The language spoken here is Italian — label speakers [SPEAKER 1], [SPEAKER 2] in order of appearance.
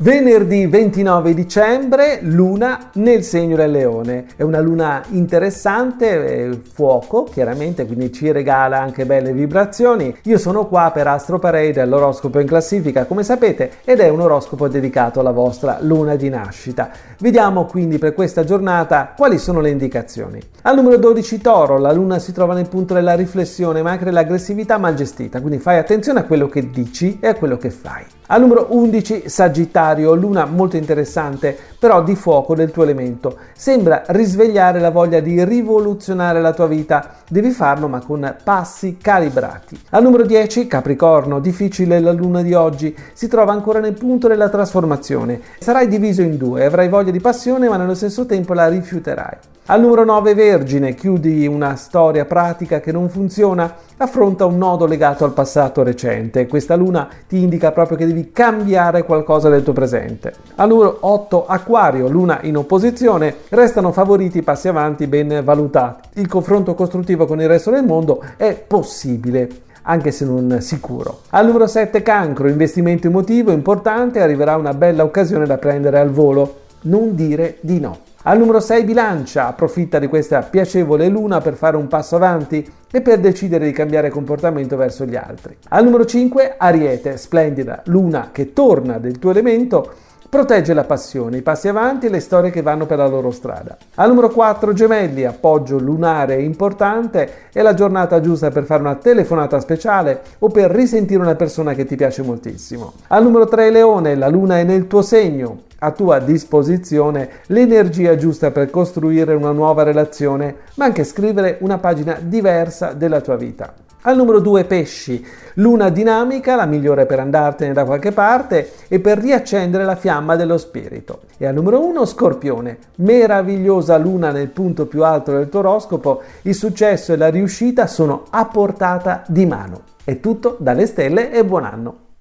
[SPEAKER 1] Venerdì 29 dicembre, luna nel segno del Leone. È una luna interessante, fuoco chiaramente, quindi ci regala anche belle vibrazioni. Io sono qua per Astro Parade, l'oroscopo in classifica, come sapete, ed è un oroscopo dedicato alla vostra luna di nascita. Vediamo quindi per questa giornata quali sono le indicazioni. Al numero 12 Toro, la luna si trova nel punto della riflessione, ma anche dell'aggressività mal gestita, quindi fai attenzione a quello che dici e a quello che fai. Al numero 11 Sagittario, luna molto interessante, però di fuoco del tuo elemento. Sembra risvegliare la voglia di rivoluzionare la tua vita. Devi farlo ma con passi calibrati. Al numero 10 Capricorno, difficile la luna di oggi, si trova ancora nel punto della trasformazione. Sarai diviso in due, avrai voglia di passione ma nello stesso tempo la rifiuterai. Al numero 9 Vergine, chiudi una storia pratica che non funziona, affronta un nodo legato al passato recente. Questa luna ti indica proprio che devi cambiare qualcosa del tuo presente. Al numero 8 Acquario, luna in opposizione, restano favoriti i passi avanti ben valutati. Il confronto costruttivo con il resto del mondo è possibile, anche se non sicuro. Al numero 7 Cancro, investimento emotivo importante, arriverà una bella occasione da prendere al volo. Non dire di no. Al numero 6 Bilancia, approfitta di questa piacevole luna per fare un passo avanti e per decidere di cambiare comportamento verso gli altri. Al numero 5 Ariete, splendida luna che torna del tuo elemento, protegge la passione, i passi avanti e le storie che vanno per la loro strada. Al numero 4 Gemelli, appoggio lunare importante, è la giornata giusta per fare una telefonata speciale o per risentire una persona che ti piace moltissimo. Al numero 3 Leone, la luna è nel tuo segno, a tua disposizione l'energia giusta per costruire una nuova relazione, ma anche scrivere una pagina diversa della tua vita. Al numero 2 Pesci, luna dinamica, la migliore per andartene da qualche parte e per riaccendere la fiamma dello spirito. E al numero 1 Scorpione, meravigliosa luna nel punto più alto del tuo oroscopo, il successo e la riuscita sono a portata di mano. È tutto dalle stelle e buon anno!